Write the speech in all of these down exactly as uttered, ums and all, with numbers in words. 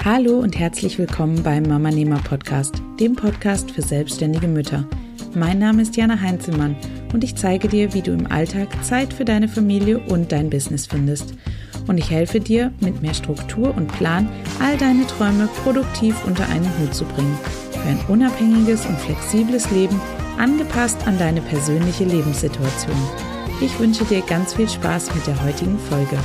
Hallo und herzlich willkommen beim Mamanehmer Podcast, dem Podcast für selbstständige Mütter. Mein Name ist Jana Heinzelmann und ich zeige dir, wie du im Alltag Zeit für deine Familie und dein Business findest. Und ich helfe dir, mit mehr Struktur und Plan all deine Träume produktiv unter einen Hut zu bringen. Für ein unabhängiges und flexibles Leben, angepasst an deine persönliche Lebenssituation. Ich wünsche dir ganz viel Spaß mit der heutigen Folge.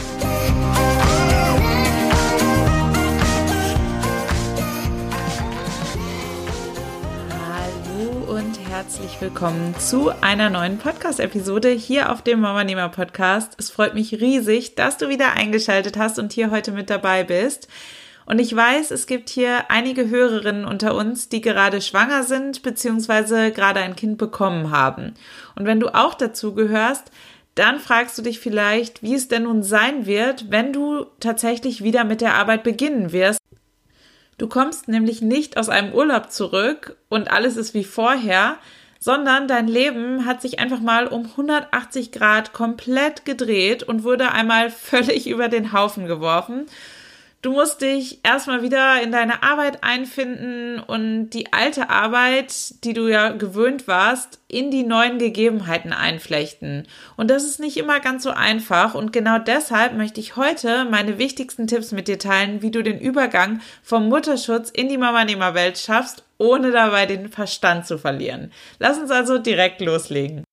Herzlich willkommen zu einer neuen Podcast-Episode hier auf dem Mamanehmer Podcast. Es freut mich riesig, dass du wieder eingeschaltet hast und hier heute mit dabei bist. Und ich weiß, es gibt hier einige Hörerinnen unter uns, die gerade schwanger sind bzw. gerade ein Kind bekommen haben. Und wenn du auch dazu gehörst, dann fragst du dich vielleicht, wie es denn nun sein wird, wenn du tatsächlich wieder mit der Arbeit beginnen wirst. Du kommst nämlich nicht aus einem Urlaub zurück und alles ist wie vorher, sondern dein Leben hat sich einfach mal um hundertachtzig Grad komplett gedreht und wurde einmal völlig über den Haufen geworfen. Du musst dich erstmal wieder in deine Arbeit einfinden und die alte Arbeit, die du ja gewöhnt warst, in die neuen Gegebenheiten einflechten. Und das ist nicht immer ganz so einfach und genau deshalb möchte ich heute meine wichtigsten Tipps mit dir teilen, wie du den Übergang vom Mutterschutz in die Mamanehmer-Welt schaffst, ohne dabei den Verstand zu verlieren. Lass uns also direkt loslegen.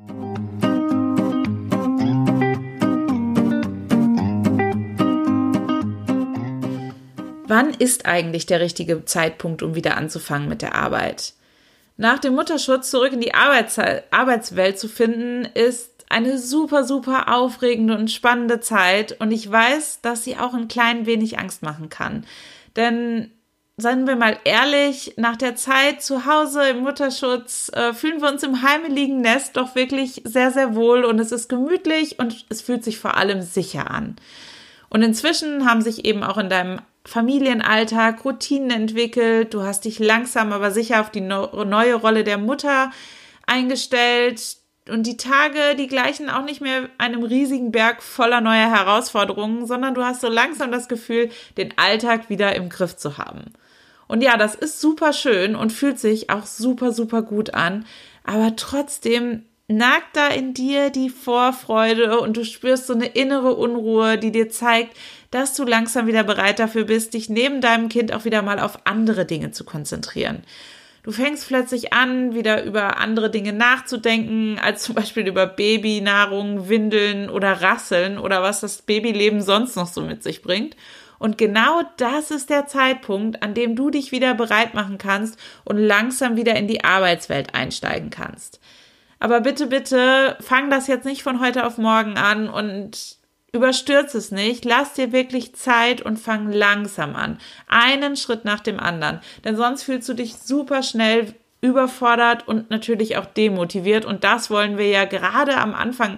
Wann ist eigentlich der richtige Zeitpunkt, um wieder anzufangen mit der Arbeit? Nach dem Mutterschutz zurück in die Arbeits- Arbeitswelt zu finden, ist eine super, super aufregende und spannende Zeit und ich weiß, dass sie auch ein klein wenig Angst machen kann. Denn seien wir mal ehrlich, nach der Zeit zu Hause im Mutterschutz äh, fühlen wir uns im heimeligen Nest doch wirklich sehr, sehr wohl und es ist gemütlich und es fühlt sich vor allem sicher an. Und inzwischen haben sich eben auch in deinem Familienalltag Routinen entwickelt, du hast dich langsam aber sicher auf die no- neue Rolle der Mutter eingestellt und die Tage, die gleichen auch nicht mehr einem riesigen Berg voller neuer Herausforderungen, sondern du hast so langsam das Gefühl, den Alltag wieder im Griff zu haben. Und ja, das ist super schön und fühlt sich auch super, super gut an, aber trotzdem nagt da in dir die Vorfreude und du spürst so eine innere Unruhe, die dir zeigt, dass du langsam wieder bereit dafür bist, dich neben deinem Kind auch wieder mal auf andere Dinge zu konzentrieren. Du fängst plötzlich an, wieder über andere Dinge nachzudenken, als zum Beispiel über Babynahrung, Windeln oder Rasseln oder was das Babyleben sonst noch so mit sich bringt. Und genau das ist der Zeitpunkt, an dem du dich wieder bereit machen kannst und langsam wieder in die Arbeitswelt einsteigen kannst. Aber bitte, bitte, fang das jetzt nicht von heute auf morgen an und überstürz es nicht. Lass dir wirklich Zeit und fang langsam an. Einen Schritt nach dem anderen. Denn sonst fühlst du dich super schnell überfordert und natürlich auch demotiviert. Und das wollen wir ja gerade am Anfang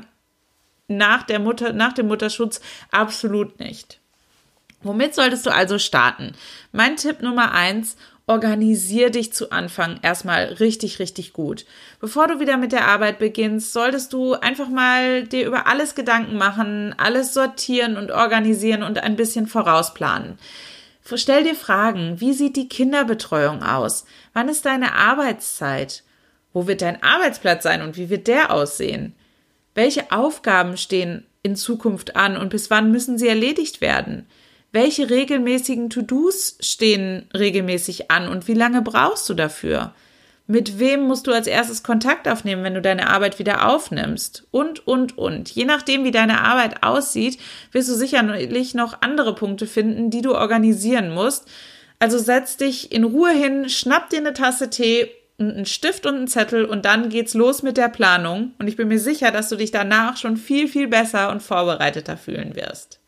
nach der Mutter, nach dem Mutterschutz absolut nicht. Womit solltest du also starten? Mein Tipp Nummer eins: Organisier dich zu Anfang erstmal richtig, richtig gut. Bevor du wieder mit der Arbeit beginnst, solltest du einfach mal dir über alles Gedanken machen, alles sortieren und organisieren und ein bisschen vorausplanen. Stell dir Fragen, wie sieht die Kinderbetreuung aus? Wann ist deine Arbeitszeit? Wo wird dein Arbeitsplatz sein und wie wird der aussehen? Welche Aufgaben stehen in Zukunft an und bis wann müssen sie erledigt werden? Welche regelmäßigen To-Dos stehen regelmäßig an und wie lange brauchst du dafür? Mit wem musst du als erstes Kontakt aufnehmen, wenn du deine Arbeit wieder aufnimmst? Und, und, und. Je nachdem, wie deine Arbeit aussieht, wirst du sicherlich noch andere Punkte finden, die du organisieren musst. Also setz dich in Ruhe hin, schnapp dir eine Tasse Tee, einen Stift und einen Zettel und dann geht's los mit der Planung. Und ich bin mir sicher, dass du dich danach schon viel, viel besser und vorbereiteter fühlen wirst.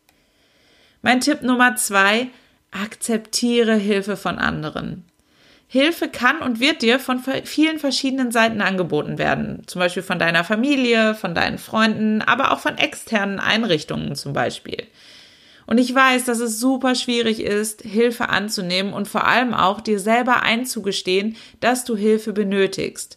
Mein Tipp Nummer zwei: Akzeptiere Hilfe von anderen. Hilfe kann und wird dir von vielen verschiedenen Seiten angeboten werden. Zum Beispiel von deiner Familie, von deinen Freunden, aber auch von externen Einrichtungen zum Beispiel. Und ich weiß, dass es super schwierig ist, Hilfe anzunehmen und vor allem auch dir selber einzugestehen, dass du Hilfe benötigst.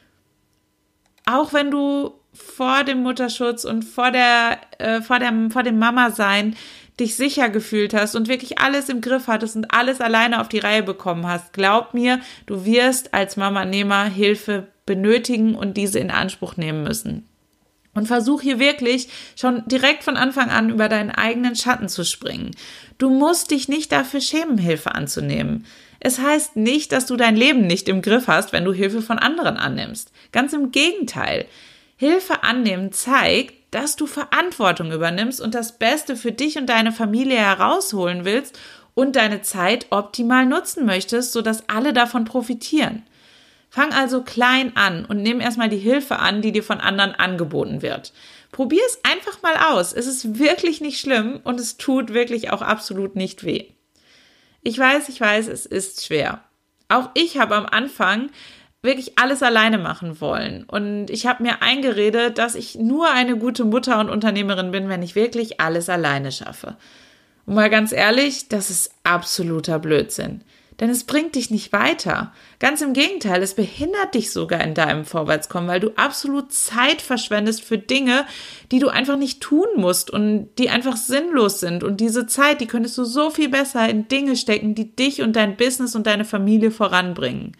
Auch wenn du vor dem Mutterschutz und vor der, äh, vor dem, vor dem Mama-Sein dich sicher gefühlt hast und wirklich alles im Griff hattest und alles alleine auf die Reihe bekommen hast, glaub mir, du wirst als Mama-Nehmer Hilfe benötigen und diese in Anspruch nehmen müssen. Und versuch hier wirklich schon direkt von Anfang an über deinen eigenen Schatten zu springen. Du musst dich nicht dafür schämen, Hilfe anzunehmen. Es heißt nicht, dass du dein Leben nicht im Griff hast, wenn du Hilfe von anderen annimmst. Ganz im Gegenteil. Hilfe annehmen zeigt, dass du Verantwortung übernimmst und das Beste für dich und deine Familie herausholen willst und deine Zeit optimal nutzen möchtest, sodass alle davon profitieren. Fang also klein an und nimm erstmal die Hilfe an, die dir von anderen angeboten wird. Probier es einfach mal aus. Es ist wirklich nicht schlimm und es tut wirklich auch absolut nicht weh. Ich weiß, ich weiß, es ist schwer. Auch ich habe am Anfang wirklich alles alleine machen wollen und ich habe mir eingeredet, dass ich nur eine gute Mutter und Unternehmerin bin, wenn ich wirklich alles alleine schaffe. Und mal ganz ehrlich, das ist absoluter Blödsinn. Denn es bringt dich nicht weiter. Ganz im Gegenteil, es behindert dich sogar in deinem Vorwärtskommen, weil du absolut Zeit verschwendest für Dinge, die du einfach nicht tun musst und die einfach sinnlos sind. Und diese Zeit, die könntest du so viel besser in Dinge stecken, die dich und dein Business und deine Familie voranbringen.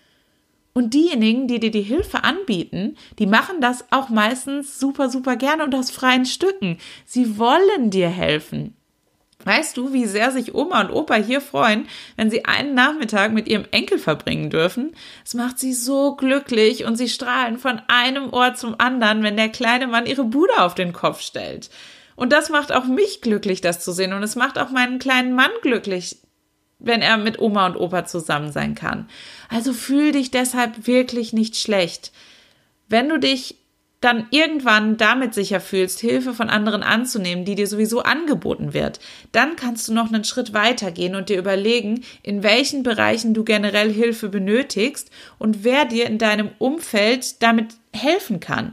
Und diejenigen, die dir die Hilfe anbieten, die machen das auch meistens super, super gerne und aus freien Stücken. Sie wollen dir helfen. Weißt du, wie sehr sich Oma und Opa hier freuen, wenn sie einen Nachmittag mit ihrem Enkel verbringen dürfen? Es macht sie so glücklich und sie strahlen von einem Ohr zum anderen, wenn der kleine Mann ihre Bude auf den Kopf stellt. Und das macht auch mich glücklich, das zu sehen. Und es macht auch meinen kleinen Mann glücklich, wenn er mit Oma und Opa zusammen sein kann. Also fühl dich deshalb wirklich nicht schlecht. Wenn du dich dann irgendwann damit sicher fühlst, Hilfe von anderen anzunehmen, die dir sowieso angeboten wird, dann kannst du noch einen Schritt weitergehen und dir überlegen, in welchen Bereichen du generell Hilfe benötigst und wer dir in deinem Umfeld damit helfen kann.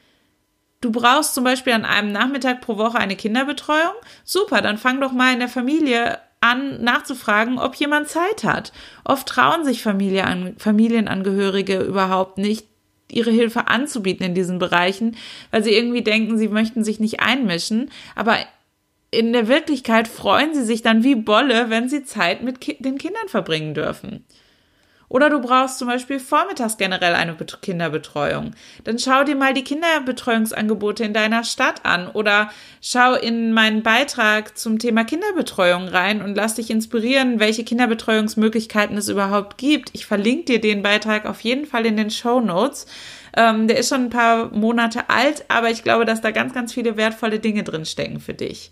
Du brauchst zum Beispiel an einem Nachmittag pro Woche eine Kinderbetreuung? Super, dann fang doch mal in der Familie an, nachzufragen, ob jemand Zeit hat. Oft trauen sich Familie an, Familienangehörige überhaupt nicht, ihre Hilfe anzubieten in diesen Bereichen, weil sie irgendwie denken, sie möchten sich nicht einmischen, aber in der Wirklichkeit freuen sie sich dann wie Bolle, wenn sie Zeit mit ki- den Kindern verbringen dürfen. Oder du brauchst zum Beispiel vormittags generell eine Bet- Kinderbetreuung. Dann schau dir mal die Kinderbetreuungsangebote in deiner Stadt an oder schau in meinen Beitrag zum Thema Kinderbetreuung rein und lass dich inspirieren, welche Kinderbetreuungsmöglichkeiten es überhaupt gibt. Ich verlinke dir den Beitrag auf jeden Fall in den Shownotes. Ähm, der ist schon ein paar Monate alt, aber ich glaube, dass da ganz, ganz viele wertvolle Dinge drin stecken für dich.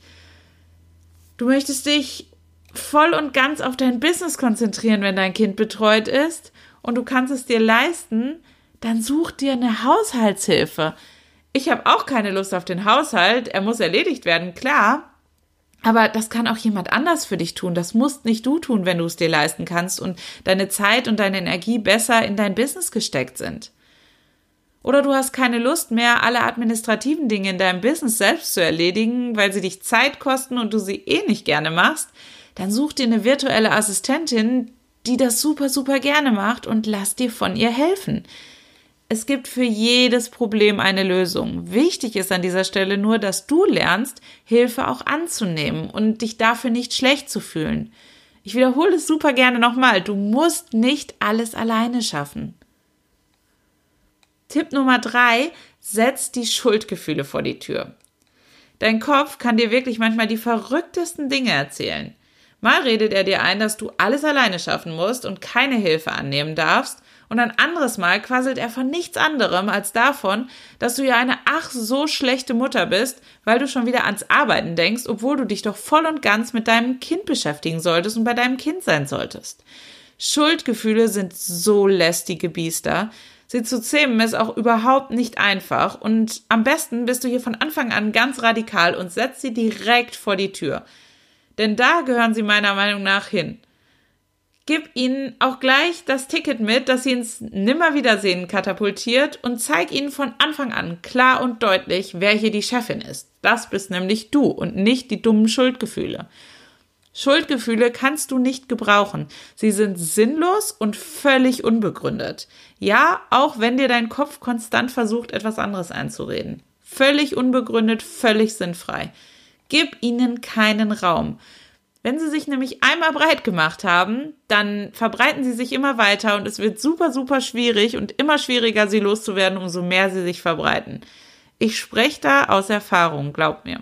Du möchtest dich voll und ganz auf dein Business konzentrieren, wenn dein Kind betreut ist und du kannst es dir leisten, dann such dir eine Haushaltshilfe. Ich habe auch keine Lust auf den Haushalt, er muss erledigt werden, klar, aber das kann auch jemand anders für dich tun. Das musst nicht du tun, wenn du es dir leisten kannst und deine Zeit und deine Energie besser in dein Business gesteckt sind. Oder du hast keine Lust mehr, alle administrativen Dinge in deinem Business selbst zu erledigen, weil sie dich Zeit kosten und du sie eh nicht gerne machst. Dann such dir eine virtuelle Assistentin, die das super, super gerne macht und lass dir von ihr helfen. Es gibt für jedes Problem eine Lösung. Wichtig ist an dieser Stelle nur, dass du lernst, Hilfe auch anzunehmen und dich dafür nicht schlecht zu fühlen. Ich wiederhole es super gerne nochmal. Du musst nicht alles alleine schaffen. Tipp Nummer drei, setz die Schuldgefühle vor die Tür. Dein Kopf kann dir wirklich manchmal die verrücktesten Dinge erzählen. Mal redet er dir ein, dass du alles alleine schaffen musst und keine Hilfe annehmen darfst, und ein anderes Mal quasselt er von nichts anderem als davon, dass du ja eine ach so schlechte Mutter bist, weil du schon wieder ans Arbeiten denkst, obwohl du dich doch voll und ganz mit deinem Kind beschäftigen solltest und bei deinem Kind sein solltest. Schuldgefühle sind so lästige Biester. Sie zu zähmen ist auch überhaupt nicht einfach und am besten bist du hier von Anfang an ganz radikal und setzt sie direkt vor die Tür. Denn da gehören sie meiner Meinung nach hin. Gib ihnen auch gleich das Ticket mit, das sie ins Nimmerwiedersehen katapultiert und zeig ihnen von Anfang an klar und deutlich, wer hier die Chefin ist. Das bist nämlich du und nicht die dummen Schuldgefühle. Schuldgefühle kannst du nicht gebrauchen. Sie sind sinnlos und völlig unbegründet. Ja, auch wenn dir dein Kopf konstant versucht, etwas anderes einzureden. Völlig unbegründet, völlig sinnfrei. Gib ihnen keinen Raum. Wenn sie sich nämlich einmal breit gemacht haben, dann verbreiten sie sich immer weiter und es wird super, super schwierig und immer schwieriger, sie loszuwerden, umso mehr sie sich verbreiten. Ich spreche da aus Erfahrung, glaub mir.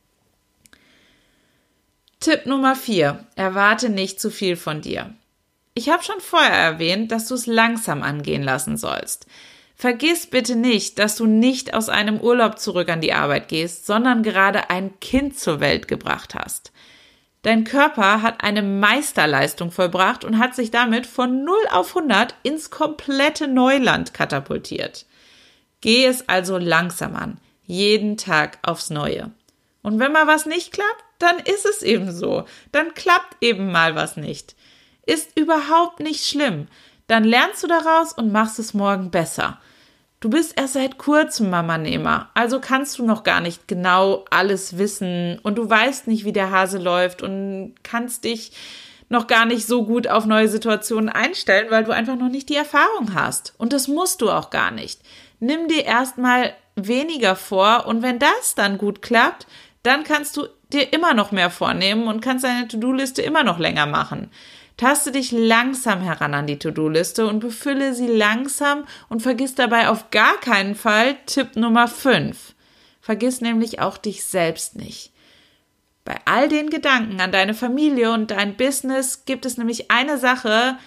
Tipp Nummer vier. Erwarte nicht zu viel von dir. Ich habe schon vorher erwähnt, dass du es langsam angehen lassen sollst. Vergiss bitte nicht, dass du nicht aus einem Urlaub zurück an die Arbeit gehst, sondern gerade ein Kind zur Welt gebracht hast. Dein Körper hat eine Meisterleistung vollbracht und hat sich damit von null auf hundert ins komplette Neuland katapultiert. Geh es also langsam an, jeden Tag aufs Neue. Und wenn mal was nicht klappt, dann ist es eben so. Dann klappt eben mal was nicht. Ist überhaupt nicht schlimm. Dann lernst du daraus und machst es morgen besser. Du bist erst seit kurzem Mamanehmer, also kannst du noch gar nicht genau alles wissen und du weißt nicht, wie der Hase läuft und kannst dich noch gar nicht so gut auf neue Situationen einstellen, weil du einfach noch nicht die Erfahrung hast. Und das musst du auch gar nicht. Nimm dir erstmal weniger vor und wenn das dann gut klappt, dann kannst du dir immer noch mehr vornehmen und kannst deine To-Do-Liste immer noch länger machen. Taste dich langsam heran an die To-Do-Liste und befülle sie langsam und vergiss dabei auf gar keinen Fall Tipp Nummer fünf. Vergiss nämlich auch dich selbst nicht. Bei all den Gedanken an deine Familie und dein Business gibt es nämlich eine Sache,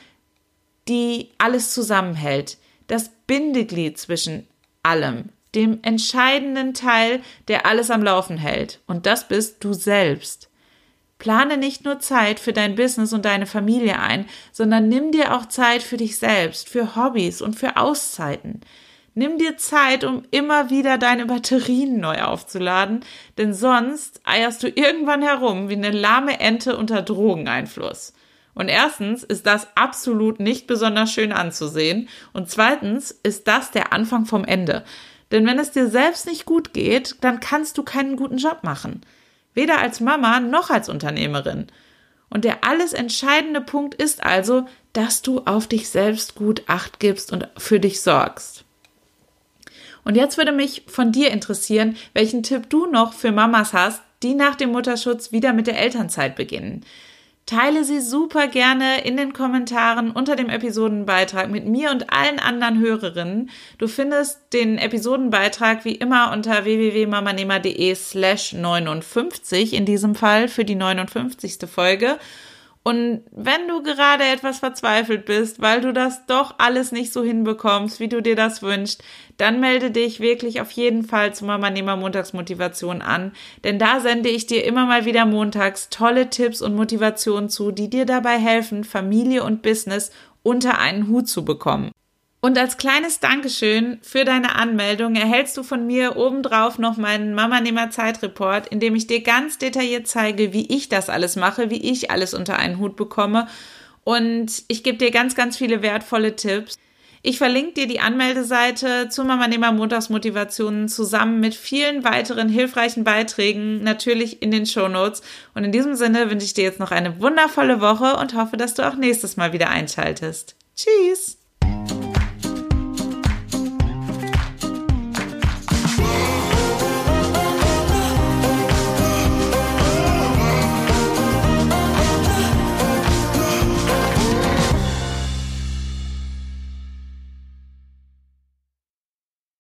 die alles zusammenhält. Das Bindeglied zwischen allem, dem entscheidenden Teil, der alles am Laufen hält. Und das bist du selbst. Plane nicht nur Zeit für dein Business und deine Familie ein, sondern nimm dir auch Zeit für dich selbst, für Hobbys und für Auszeiten. Nimm dir Zeit, um immer wieder deine Batterien neu aufzuladen, denn sonst eierst du irgendwann herum wie eine lahme Ente unter Drogeneinfluss. Und erstens ist das absolut nicht besonders schön anzusehen und zweitens ist das der Anfang vom Ende. Denn wenn es dir selbst nicht gut geht, dann kannst du keinen guten Job machen. Weder als Mama noch als Unternehmerin. Und der alles entscheidende Punkt ist also, dass du auf dich selbst gut Acht gibst und für dich sorgst. Und jetzt würde mich von dir interessieren, welchen Tipp du noch für Mamas hast, die nach dem Mutterschutz wieder mit der Elternzeit beginnen. Teile sie super gerne in den Kommentaren unter dem Episodenbeitrag mit mir und allen anderen Hörerinnen. Du findest den Episodenbeitrag wie immer unter w w w punkt mamanehmer punkt de slash neunundfünfzig, in diesem Fall für die neunundfünfzigste Folge. Und wenn du gerade etwas verzweifelt bist, weil du das doch alles nicht so hinbekommst, wie du dir das wünschst, dann melde dich wirklich auf jeden Fall zu Mamanehmer Montagsmotivation an, denn da sende ich dir immer mal wieder montags tolle Tipps und Motivationen zu, die dir dabei helfen, Familie und Business unter einen Hut zu bekommen. Und als kleines Dankeschön für deine Anmeldung erhältst du von mir obendrauf noch meinen Mamanehmer Zeitreport, in dem ich dir ganz detailliert zeige, wie ich das alles mache, wie ich alles unter einen Hut bekomme. Und ich gebe dir ganz, ganz viele wertvolle Tipps. Ich verlinke dir die Anmeldeseite zu Mamanehmer Montagsmotivationen zusammen mit vielen weiteren hilfreichen Beiträgen, natürlich in den Shownotes. Und in diesem Sinne wünsche ich dir jetzt noch eine wundervolle Woche und hoffe, dass du auch nächstes Mal wieder einschaltest. Tschüss!